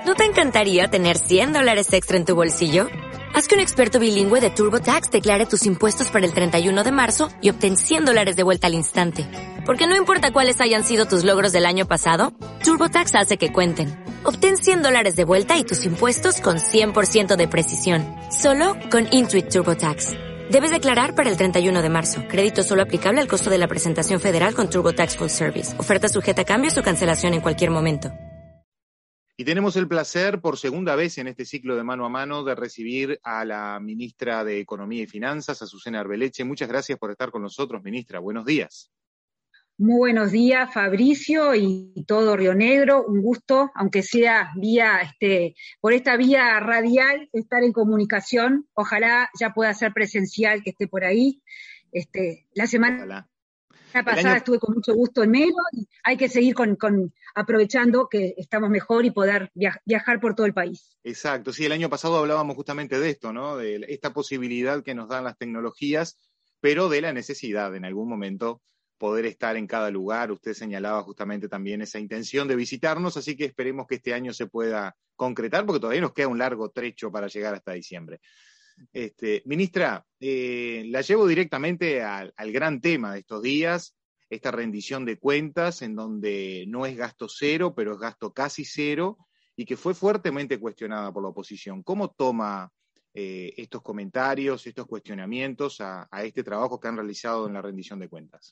¿No te encantaría tener $100 extra en tu bolsillo? Haz que un experto bilingüe de TurboTax declare tus impuestos para el 31 de marzo y obtén $100 de vuelta al instante. Porque no importa cuáles hayan sido tus logros del año pasado, TurboTax hace que cuenten. Obtén $100 de vuelta y tus impuestos con 100% de precisión. Solo con Intuit TurboTax. Debes declarar para el 31 de marzo. Crédito solo aplicable al costo de la presentación federal con TurboTax Full Service. Oferta sujeta a cambios o cancelación en cualquier momento. Y tenemos el placer, por segunda vez en este ciclo de Mano a Mano, de recibir a la ministra de Economía y Finanzas, Azucena Arbeleche. Muchas gracias por estar con nosotros, ministra. Buenos días. Muy buenos días, Fabricio y todo Río Negro. Un gusto, aunque sea por esta vía radial, estar en comunicación. Ojalá ya pueda ser presencial, que esté por ahí. La semana pasada estuve con mucho gusto en Melo y hay que seguir aprovechando que estamos mejor y poder viajar por todo el país. Exacto, sí, el año pasado hablábamos justamente de esto, ¿no? De esta posibilidad que nos dan las tecnologías, pero de la necesidad en algún momento poder estar en cada lugar. Usted señalaba justamente también esa intención de visitarnos, así que esperemos que este año se pueda concretar, porque todavía nos queda un largo trecho para llegar hasta diciembre. Ministra, la llevo directamente al gran tema de estos días, esta rendición de cuentas en donde no es gasto cero, pero es gasto casi cero, y que fue fuertemente cuestionada por la oposición. ¿Cómo toma estos comentarios, estos cuestionamientos a este trabajo que han realizado en la rendición de cuentas?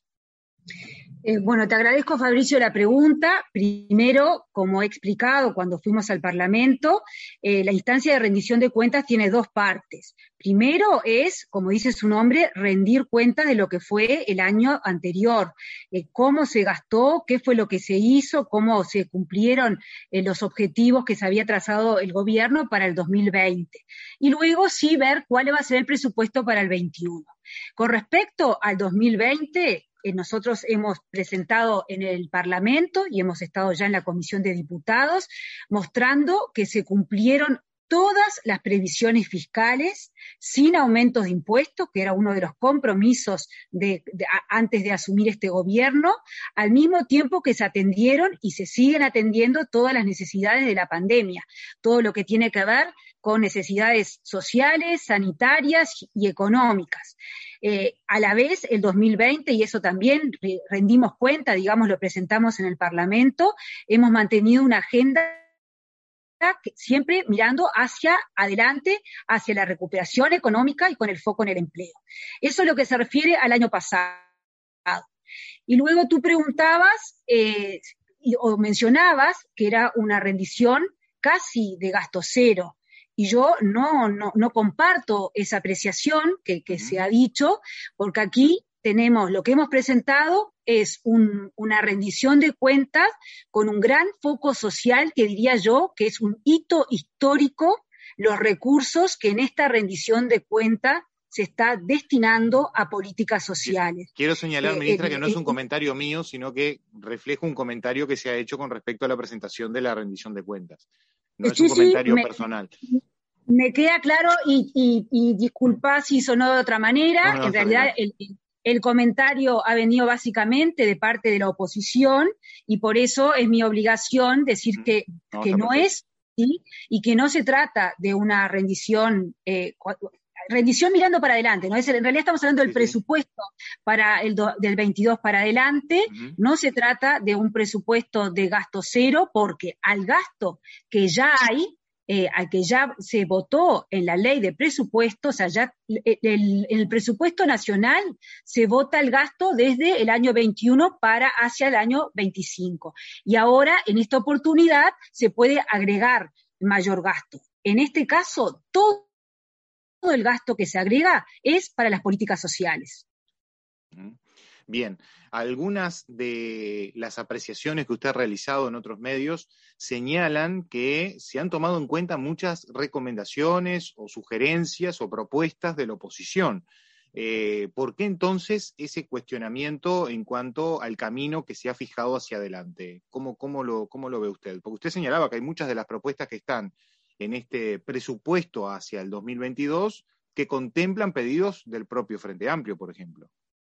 Bueno, te agradezco, Fabricio, la pregunta. Primero, como he explicado cuando fuimos al Parlamento, la instancia de rendición de cuentas tiene dos partes. Primero es, como dice su nombre, rendir cuentas de lo que fue el año anterior, cómo se gastó, qué fue lo que se hizo, cómo se cumplieron los objetivos que se había trazado el gobierno para el 2020. Y luego sí ver cuál va a ser el presupuesto para el 21. Con respecto al 2020, nosotros hemos presentado en el Parlamento y hemos estado ya en la Comisión de Diputados mostrando que se cumplieron todas las previsiones fiscales sin aumentos de impuestos, que era uno de los compromisos antes de asumir este gobierno, al mismo tiempo que se atendieron y se siguen atendiendo todas las necesidades de la pandemia, todo lo que tiene que ver con necesidades sociales, sanitarias y económicas. A la vez, el 2020, y eso también rendimos cuenta, digamos, lo presentamos en el Parlamento, hemos mantenido una agenda siempre mirando hacia adelante, hacia la recuperación económica y con el foco en el empleo. Eso es lo que se refiere al año pasado. Y luego tú preguntabas o mencionabas que era una rendición casi de gasto cero. Y yo no comparto esa apreciación que se ha dicho, porque aquí tenemos, lo que hemos presentado es una rendición de cuentas con un gran foco social, que diría yo que es un hito histórico, los recursos que en esta rendición de cuentas se está destinando a políticas sociales. Quiero señalar, ministra, que no es un comentario mío, sino que refleja un comentario que se ha hecho con respecto a la presentación de la rendición de cuentas. No es un comentario personal. Me queda claro y disculpa si sonó de otra manera. En realidad el comentario ha venido básicamente de parte de la oposición y por eso es mi obligación decir que no es, ¿sí? Y que no se trata de una rendición mirando para adelante, ¿no? En realidad estamos hablando del presupuesto para del 22 para adelante, no se trata de un presupuesto de gasto cero, porque al gasto que ya hay, al que ya se votó en la ley de presupuesto, o sea, ya el presupuesto nacional se vota el gasto desde el año 21 hacia el año 25. Y ahora, en esta oportunidad, se puede agregar mayor gasto. En este caso, todo el gasto que se agrega es para las políticas sociales. Bien, algunas de las apreciaciones que usted ha realizado en otros medios señalan que se han tomado en cuenta muchas recomendaciones o sugerencias o propuestas de la oposición. ¿Por qué entonces ese cuestionamiento en cuanto al camino que se ha fijado hacia adelante? ¿Cómo lo ve usted? Porque usted señalaba que hay muchas de las propuestas que están en este presupuesto hacia el 2022 que contemplan pedidos del propio Frente Amplio, por ejemplo.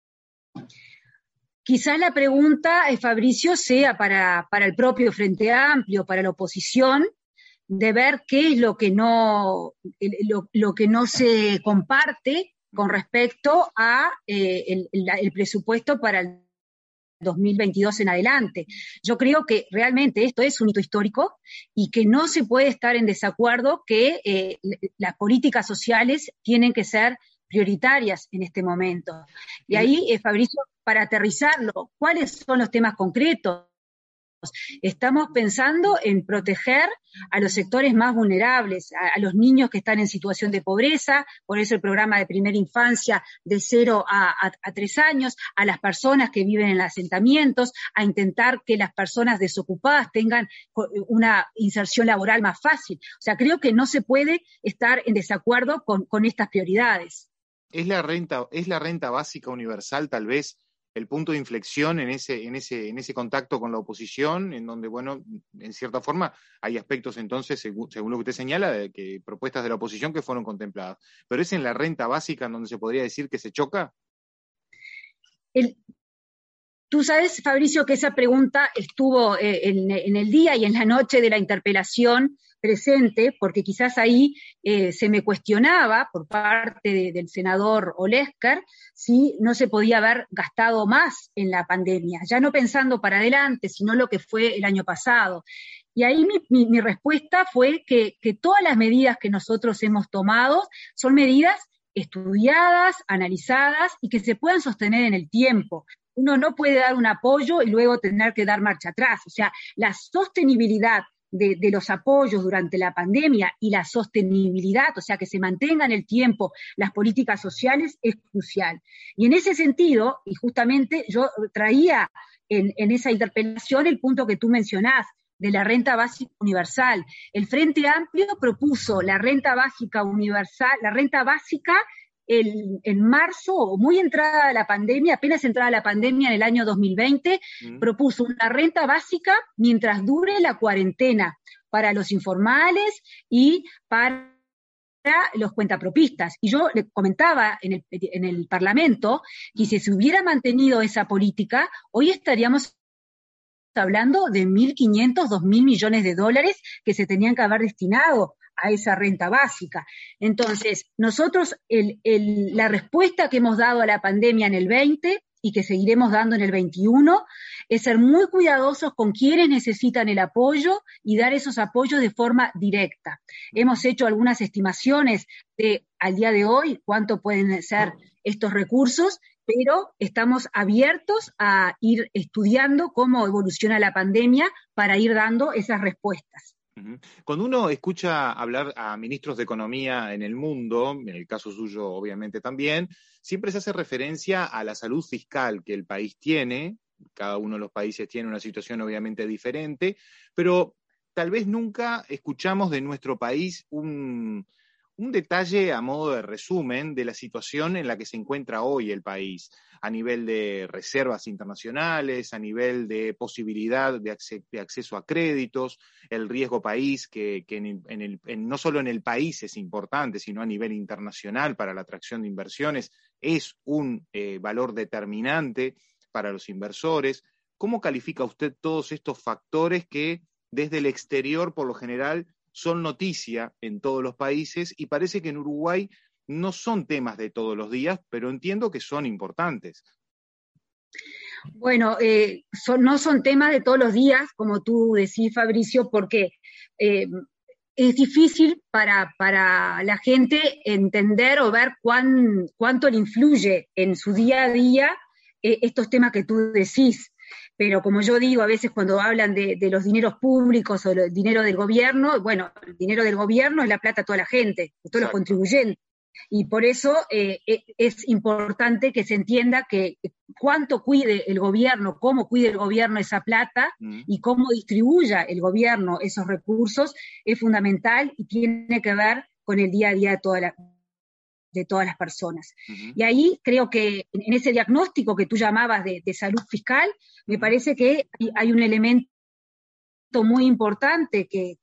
Quizás la pregunta, Fabricio, sea para el propio Frente Amplio, para la oposición, de ver qué es lo que no se comparte con respecto a el presupuesto para el 2022 en adelante. Yo creo que realmente esto es un hito histórico y que no se puede estar en desacuerdo que las políticas sociales tienen que ser prioritarias en este momento. Y ahí, Fabricio, para aterrizarlo, ¿cuáles son los temas concretos? Estamos pensando en proteger a los sectores más vulnerables, a los niños que están en situación de pobreza, por eso el programa de primera infancia de 0 a 3 años, a las personas que viven en asentamientos, a intentar que las personas desocupadas tengan una inserción laboral más fácil. O sea, creo que no se puede estar en desacuerdo con estas prioridades. ¿Es la renta básica universal tal vez el punto de inflexión en ese contacto con la oposición, en donde, bueno, en cierta forma hay aspectos entonces, según lo que usted señala, de que propuestas de la oposición que fueron contempladas? ¿Pero es en la renta básica en donde se podría decir que se choca? Tú sabes, Fabricio, que esa pregunta estuvo en el día y en la noche de la interpelación presente, porque quizás ahí se me cuestionaba por parte del senador Olesker si no se podía haber gastado más en la pandemia, ya no pensando para adelante, sino lo que fue el año pasado. Y ahí mi respuesta fue que todas las medidas que nosotros hemos tomado son medidas estudiadas, analizadas y que se puedan sostener en el tiempo. Uno no puede dar un apoyo y luego tener que dar marcha atrás. O sea, la sostenibilidad de los apoyos durante la pandemia y la sostenibilidad, o sea, que se mantengan en el tiempo las políticas sociales, es crucial. Y en ese sentido, y justamente yo traía en esa interpelación el punto que tú mencionás, de la renta básica universal. El Frente Amplio propuso la renta básica universal, la renta básica en marzo, muy entrada la pandemia, apenas entrada la pandemia en el año 2020, propuso una renta básica mientras dure la cuarentena para los informales y para los cuentapropistas. Y yo le comentaba en el Parlamento que si se hubiera mantenido esa política, hoy estaríamos hablando de 1.500, 2.000 millones de dólares que se tenían que haber destinado a esa renta básica. Entonces, nosotros la respuesta que hemos dado a la pandemia en el 20 y que seguiremos dando en el 21 es ser muy cuidadosos con quienes necesitan el apoyo y dar esos apoyos de forma directa. Hemos hecho algunas estimaciones de, al día de hoy, cuánto pueden ser estos recursos, pero estamos abiertos a ir estudiando cómo evoluciona la pandemia para ir dando esas respuestas. Cuando uno escucha hablar a ministros de economía en el mundo, en el caso suyo obviamente también, siempre se hace referencia a la salud fiscal que el país tiene. Cada uno de los países tiene una situación obviamente diferente, pero tal vez nunca escuchamos de nuestro país un detalle a modo de resumen de la situación en la que se encuentra hoy el país, a nivel de reservas internacionales, a nivel de posibilidad de acceso a créditos, el riesgo país, que no solo en el país es importante, sino a nivel internacional para la atracción de inversiones, es un valor determinante para los inversores. ¿Cómo califica usted todos estos factores que desde el exterior, por lo general, son noticia en todos los países y parece que en Uruguay no son temas de todos los días, pero entiendo que son importantes? Bueno, no son temas de todos los días, como tú decís, Fabricio, porque es difícil para la gente entender o ver cuánto le influye en su día a día estos temas que tú decís. Pero como yo digo, a veces cuando hablan de los dineros públicos o el dinero del gobierno, bueno, el dinero del gobierno es la plata de toda la gente, de todos los contribuyentes. Y por eso es importante que se entienda que cuánto cuide el gobierno, cómo cuide el gobierno esa plata y cómo distribuya el gobierno esos recursos es fundamental y tiene que ver con el día a día de todas las personas. Y ahí creo que en ese diagnóstico que tú llamabas de salud fiscal, me parece que hay un elemento muy importante que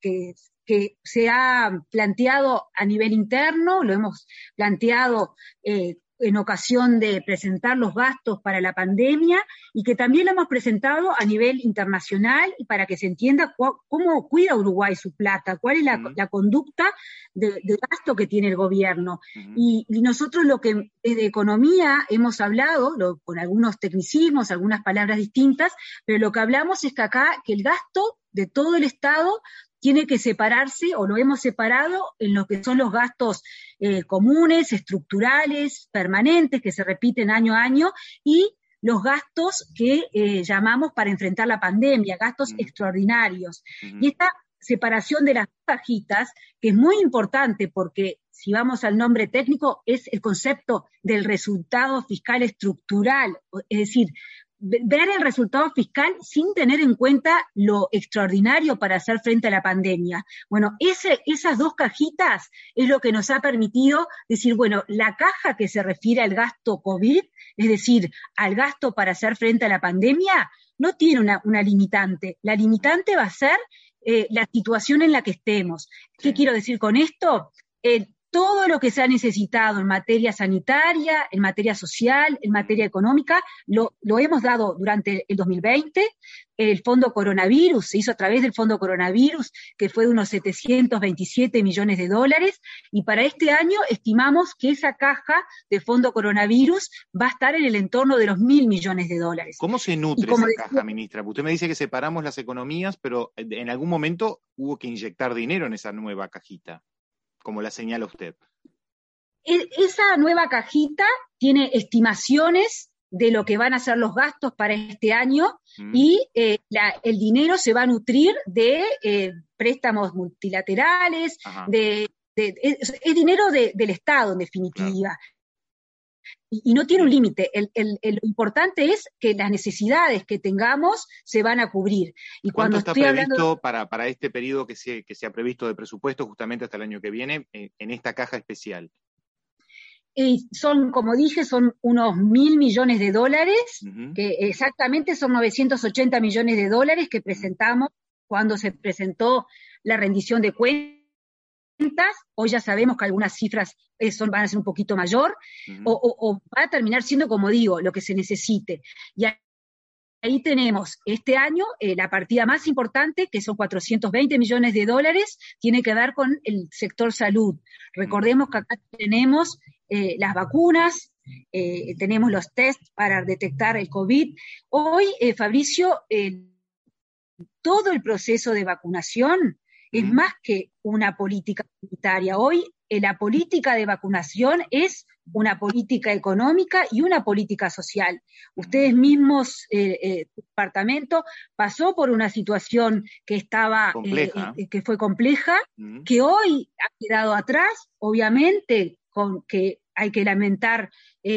se ha planteado a nivel interno, lo hemos planteado en ocasión de presentar los gastos para la pandemia y que también lo hemos presentado a nivel internacional y para que se entienda cómo cuida Uruguay su plata, cuál es la conducta de gasto que tiene el gobierno. Y nosotros lo que de economía hemos hablado, con algunos tecnicismos, algunas palabras distintas, pero lo que hablamos es que acá que el gasto de todo el Estado tiene que separarse, o lo hemos separado, en lo que son los gastos comunes, estructurales, permanentes, que se repiten año a año, y los gastos que llamamos para enfrentar la pandemia, gastos extraordinarios. Y esta separación de las cajitas, que es muy importante porque, si vamos al nombre técnico, es el concepto del resultado fiscal estructural, es decir, ver el resultado fiscal sin tener en cuenta lo extraordinario para hacer frente a la pandemia. Bueno, esas dos cajitas es lo que nos ha permitido decir, bueno, la caja que se refiere al gasto COVID, es decir, al gasto para hacer frente a la pandemia, no tiene una limitante. La limitante va a ser la situación en la que estemos. ¿Qué quiero decir con esto? Todo lo que se ha necesitado en materia sanitaria, en materia social, en materia económica, lo hemos dado durante el 2020. El Fondo Coronavirus se hizo a través del Fondo Coronavirus, que fue de unos 727 millones de dólares, y para este año estimamos que esa caja de Fondo Coronavirus va a estar en el entorno de los 1.000 millones de dólares. ¿Cómo se nutre esa caja, ministra? Usted me dice que separamos las economías, pero en algún momento hubo que inyectar dinero en esa nueva cajita, como la señala usted. Esa nueva cajita tiene estimaciones de lo que van a ser los gastos para este año y el dinero se va a nutrir de préstamos multilaterales, es dinero del Estado, en definitiva. Claro. Y no tiene un límite. Lo importante es que las necesidades que tengamos se van a cubrir. Y ¿Cuánto está previsto para este periodo que se ha previsto de presupuesto justamente hasta el año que viene en esta caja especial? Son, como dije, son unos 1.000 millones de dólares, que exactamente son 980 millones de dólares que presentamos cuando se presentó la rendición de cuentas. Hoy ya sabemos que algunas cifras van a ser un poquito mayor, o va a terminar siendo, como digo, lo que se necesite. Y ahí tenemos este año la partida más importante, que son 420 millones de dólares, tiene que ver con el sector salud. Recordemos que acá tenemos las vacunas, tenemos los test para detectar el COVID. Hoy, Fabricio, todo el proceso de vacunación es más que una política sanitaria. Hoy la política de vacunación es una política económica y una política social. Ustedes mismos, el departamento, pasó por una situación que que fue compleja, que hoy ha quedado atrás, obviamente, con que hay que lamentar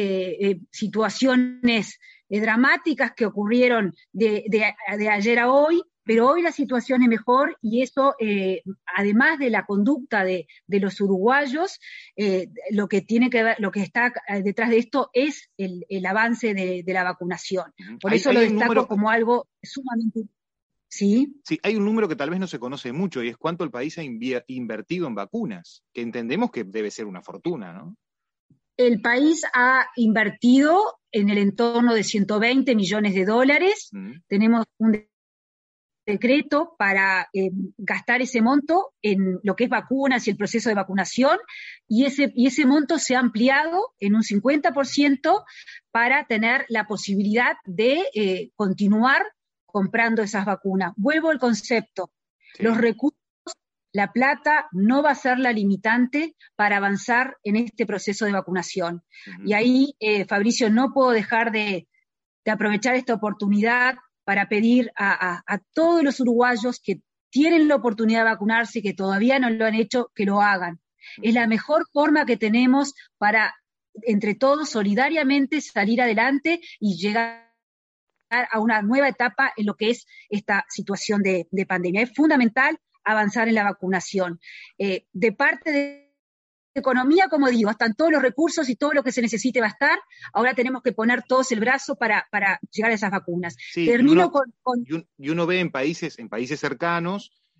situaciones dramáticas que ocurrieron de ayer a hoy, pero hoy la situación es mejor y eso, además de la conducta de los uruguayos, lo que tiene que ver, lo que está detrás de esto es el avance de la vacunación. Por eso lo destaco como algo sumamente... ¿Sí? Sí, hay un número que tal vez no se conoce mucho y es cuánto el país ha invertido en vacunas, que entendemos que debe ser una fortuna, ¿no? El país ha invertido en el entorno de 120 millones de dólares. Tenemos un decreto para gastar ese monto en lo que es vacunas y el proceso de vacunación, y ese monto se ha ampliado en un 50% para tener la posibilidad de continuar comprando esas vacunas. Vuelvo al concepto. Sí. Los recursos, la plata no va a ser la limitante para avanzar en este proceso de vacunación. Y ahí, Fabricio, no puedo dejar de aprovechar esta oportunidad para pedir a todos los uruguayos que tienen la oportunidad de vacunarse y que todavía no lo han hecho, que lo hagan. Es la mejor forma que tenemos para, entre todos, solidariamente salir adelante y llegar a una nueva etapa en lo que es esta situación de pandemia. Es fundamental avanzar en la vacunación. De parte de economía, como digo, están todos los recursos y todo lo que se necesite va a estar. Ahora tenemos que poner todos el brazo para llegar a esas vacunas. Sí, Termino y uno ve en países cercanos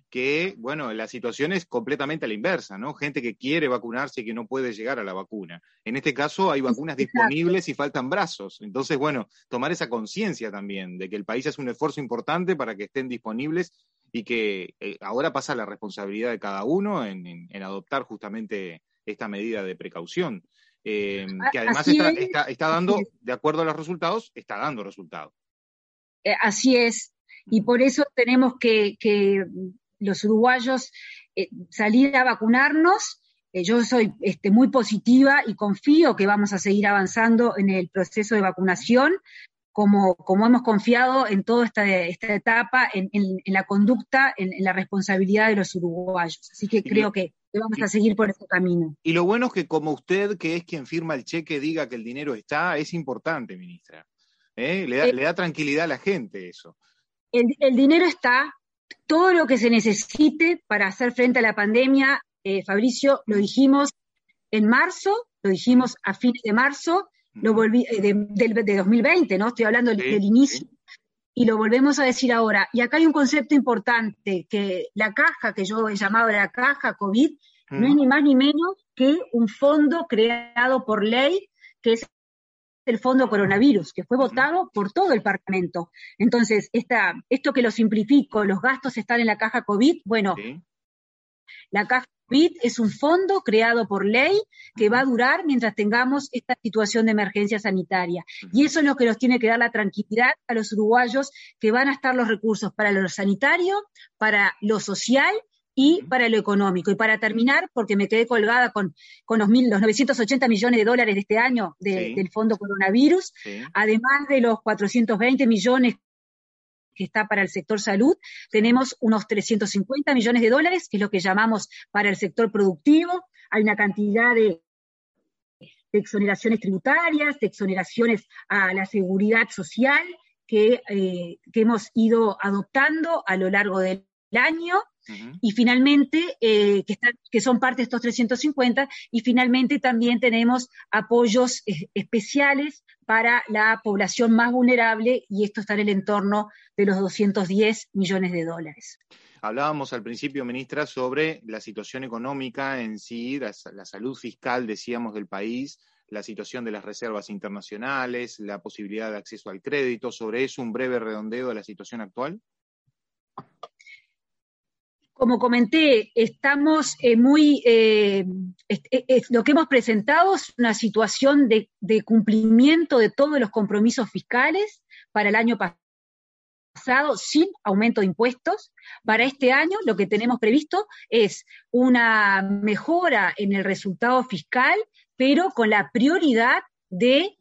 que, bueno, la situación es completamente a la inversa, ¿no? Gente que quiere vacunarse y que no puede llegar a la vacuna. En este caso hay vacunas disponibles y faltan brazos. Entonces, bueno, tomar esa conciencia también de que el país hace un esfuerzo importante para que estén disponibles y que ahora pasa la responsabilidad de cada uno en adoptar justamente esta medida de precaución, que además está dando, de acuerdo a los resultados, está dando resultados. Así es, y por eso tenemos que los uruguayos salir a vacunarnos. Yo soy muy positiva y confío que vamos a seguir avanzando en el proceso de vacunación, como hemos confiado en toda esta etapa, en la conducta, en la responsabilidad de los uruguayos. Así que creo que vamos a seguir por ese camino. Y lo bueno es que como usted, que es quien firma el cheque, diga que el dinero está, es importante, ministra. Le da tranquilidad a la gente eso. El dinero está, todo lo que se necesite para hacer frente a la pandemia, Fabricio, lo dijimos en marzo, lo dijimos a fines de marzo, lo volví de 2020, ¿no? Estoy hablando del inicio, y lo volvemos a decir ahora. Y acá hay un concepto importante, que la caja, que yo he llamado la caja COVID, no es ni más ni menos que un fondo creado por ley, que es el fondo coronavirus, que fue votado por todo el Parlamento. Entonces, esto que lo simplifico, los gastos están en la caja COVID, bueno, la caja COVID es un fondo creado por ley que va a durar mientras tengamos esta situación de emergencia sanitaria. Y eso es lo que nos tiene que dar la tranquilidad a los uruguayos, que van a estar los recursos para lo sanitario, para lo social y para lo económico. Y para terminar, porque me quedé colgada con los 980 millones de dólares de este año del fondo coronavirus, además de los 420 millones que está para el sector salud, tenemos unos 350 millones de dólares, que es lo que llamamos para el sector productivo. Hay una cantidad de exoneraciones tributarias, de exoneraciones a la seguridad social que hemos ido adoptando a lo largo del año. Y finalmente, que son parte de estos 350, y finalmente también tenemos apoyos especiales para la población más vulnerable, y esto está en el entorno de los 210 millones de dólares. Hablábamos al principio, ministra, sobre la situación económica en sí, la salud fiscal, decíamos, del país, la situación de las reservas internacionales, la posibilidad de acceso al crédito. ¿Sobre eso un breve redondeo de la situación actual? Como comenté, estamos lo que hemos presentado es una situación de cumplimiento de todos los compromisos fiscales para el año pasado, sin aumento de impuestos. Para este año lo que tenemos previsto es una mejora en el resultado fiscal, pero con la prioridad de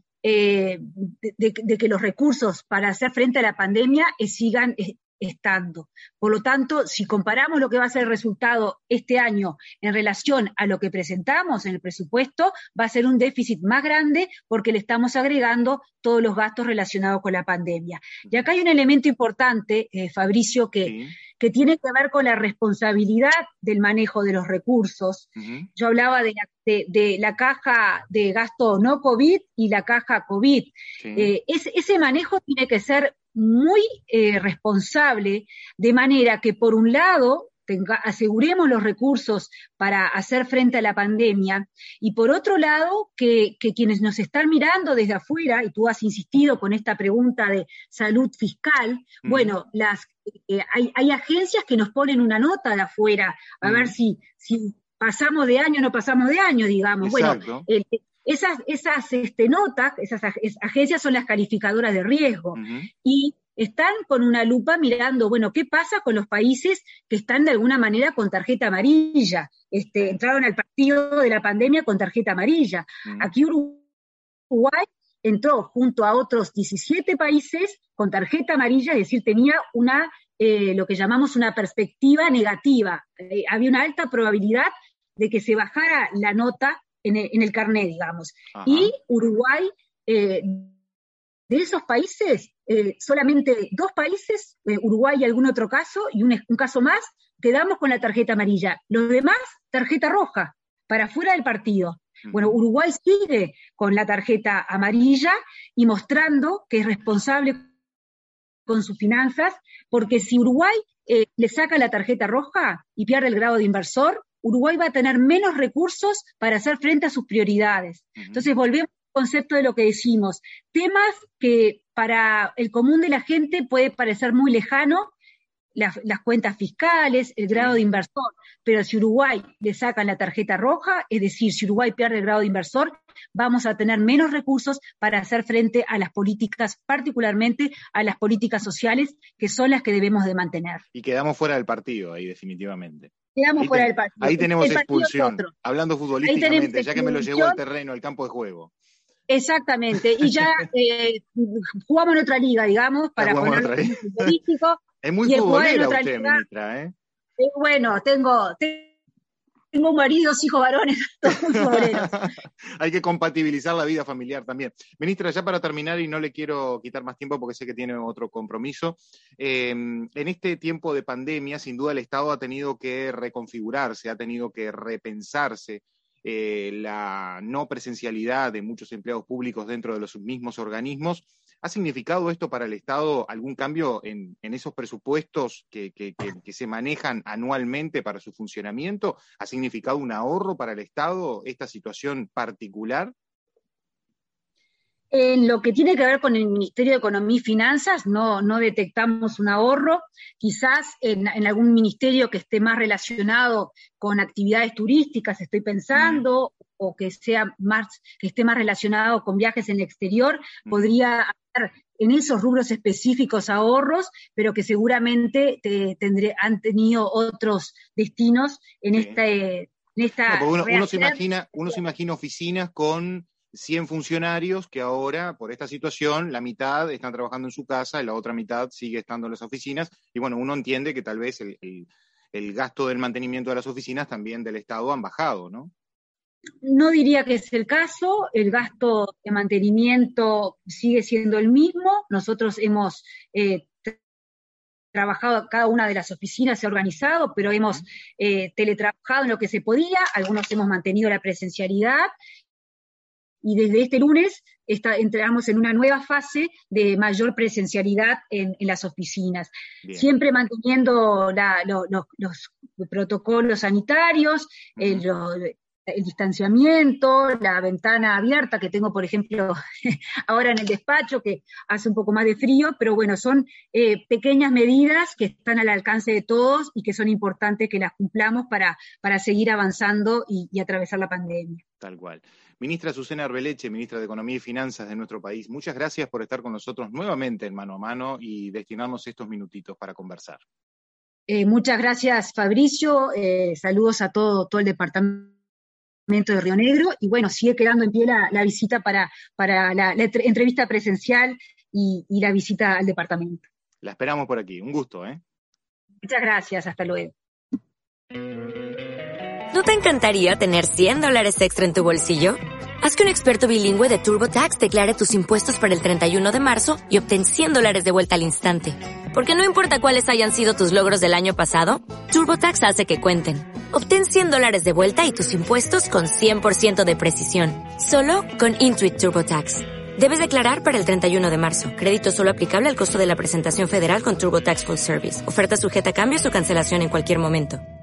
que los recursos para hacer frente a la pandemia sigan estando. Por lo tanto, si comparamos lo que va a ser el resultado este año en relación a lo que presentamos en el presupuesto, va a ser un déficit más grande porque le estamos agregando todos los gastos relacionados con la pandemia. Y acá hay un elemento importante, Fabricio, que tiene que ver con la responsabilidad del manejo de los recursos. Yo hablaba de la caja de gasto no COVID y la caja COVID. Ese manejo tiene que ser muy responsable, de manera que por un lado aseguremos los recursos para hacer frente a la pandemia, y por otro lado que quienes nos están mirando desde afuera, y tú has insistido con esta pregunta de salud fiscal, bueno, hay agencias que nos ponen una nota de afuera a ver si pasamos de año o no pasamos de año, digamos. Exacto. Bueno, esas notas, esas agencias son las calificadoras de riesgo, y están con una lupa mirando, bueno, ¿qué pasa con los países que están de alguna manera con tarjeta amarilla? Entraron al partido de la pandemia con tarjeta amarilla. Aquí Uruguay entró junto a otros 17 países con tarjeta amarilla, es decir, tenía lo que llamamos una perspectiva negativa. Había una alta probabilidad de que se bajara la nota en el carnet, digamos. Y Uruguay, de esos países, solamente 2 países, Uruguay y algún otro caso, y un caso más, quedamos con la tarjeta amarilla. Los demás, tarjeta roja, para fuera del partido. Bueno, Uruguay sigue con la tarjeta amarilla y mostrando que es responsable con sus finanzas, porque si Uruguay le saca la tarjeta roja y pierde el grado de inversor, Uruguay va a tener menos recursos para hacer frente a sus prioridades. Entonces volvemos al concepto de lo que decimos. Temas que para el común de la gente puede parecer muy lejano, las cuentas fiscales, el grado de inversor, pero si Uruguay le sacan la tarjeta roja, es decir, si Uruguay pierde el grado de inversor, vamos a tener menos recursos para hacer frente a las políticas, particularmente a las políticas sociales, que son las que debemos de mantener. Y quedamos fuera del partido ahí, definitivamente. Quedamos fuera del partido. Ahí tenemos expulsión, hablando futbolísticamente, ya que me lo llevó al terreno, al campo de juego. Exactamente, y ya jugamos en otra liga, digamos, para ponerlo futbolístico. Es muy futbolera usted, ministra, ¿eh? Bueno, tengo un marido y 2 hijos varones, todos muy futboleros. Hay que compatibilizar la vida familiar también. Ministra, ya para terminar, y no le quiero quitar más tiempo porque sé que tiene otro compromiso, en este tiempo de pandemia, sin duda el Estado ha tenido que reconfigurarse, ha tenido que repensarse la no presencialidad de muchos empleados públicos dentro de los mismos organismos. ¿Ha significado esto para el Estado algún cambio en esos presupuestos que se manejan anualmente para su funcionamiento? ¿Ha significado un ahorro para el Estado esta situación particular? En lo que tiene que ver con el Ministerio de Economía y Finanzas, no detectamos un ahorro. Quizás en algún ministerio que esté más relacionado con actividades turísticas, estoy pensando, o que esté más relacionado con viajes en el exterior, podría haber en esos rubros específicos ahorros, pero que seguramente han tenido otros destinos en esta uno se imagina oficinas con 100 funcionarios que ahora, por esta situación, la mitad están trabajando en su casa y la otra mitad sigue estando en las oficinas. Y bueno, uno entiende que tal vez el gasto del mantenimiento de las oficinas también del Estado han bajado, ¿no? No diría que es el caso, el gasto de mantenimiento sigue siendo el mismo. Nosotros hemos trabajado, cada una de las oficinas se ha organizado, pero hemos teletrabajado en lo que se podía, algunos hemos mantenido la presencialidad, y desde este lunes entramos en una nueva fase de mayor presencialidad en las oficinas. Bien. Siempre manteniendo los protocolos sanitarios, el distanciamiento, la ventana abierta que tengo, por ejemplo, ahora en el despacho, que hace un poco más de frío, pero bueno, son pequeñas medidas que están al alcance de todos y que son importantes que las cumplamos para seguir avanzando y atravesar la pandemia. Tal cual. Ministra Susana Arbeleche, ministra de Economía y Finanzas de nuestro país, muchas gracias por estar con nosotros nuevamente en Mano a Mano y destinarnos estos minutitos para conversar. Muchas gracias, Fabricio. Saludos a todo el departamento de Río Negro, y bueno, sigue quedando en pie la visita para la entrevista presencial y la visita al departamento. La esperamos por aquí, un gusto, ¿eh? Muchas gracias, hasta luego. ¿No te encantaría tener $100 extra en tu bolsillo? Haz que un experto bilingüe de TurboTax declare tus impuestos para el 31 de marzo y obtén $100 de vuelta al instante. Porque no importa cuáles hayan sido tus logros del año pasado, TurboTax hace que cuenten. Obtén $100 de vuelta y tus impuestos con 100% de precisión. Solo con Intuit TurboTax. Debes declarar para el 31 de marzo. Crédito solo aplicable al costo de la presentación federal con TurboTax Full Service. Oferta sujeta a cambios o cancelación en cualquier momento.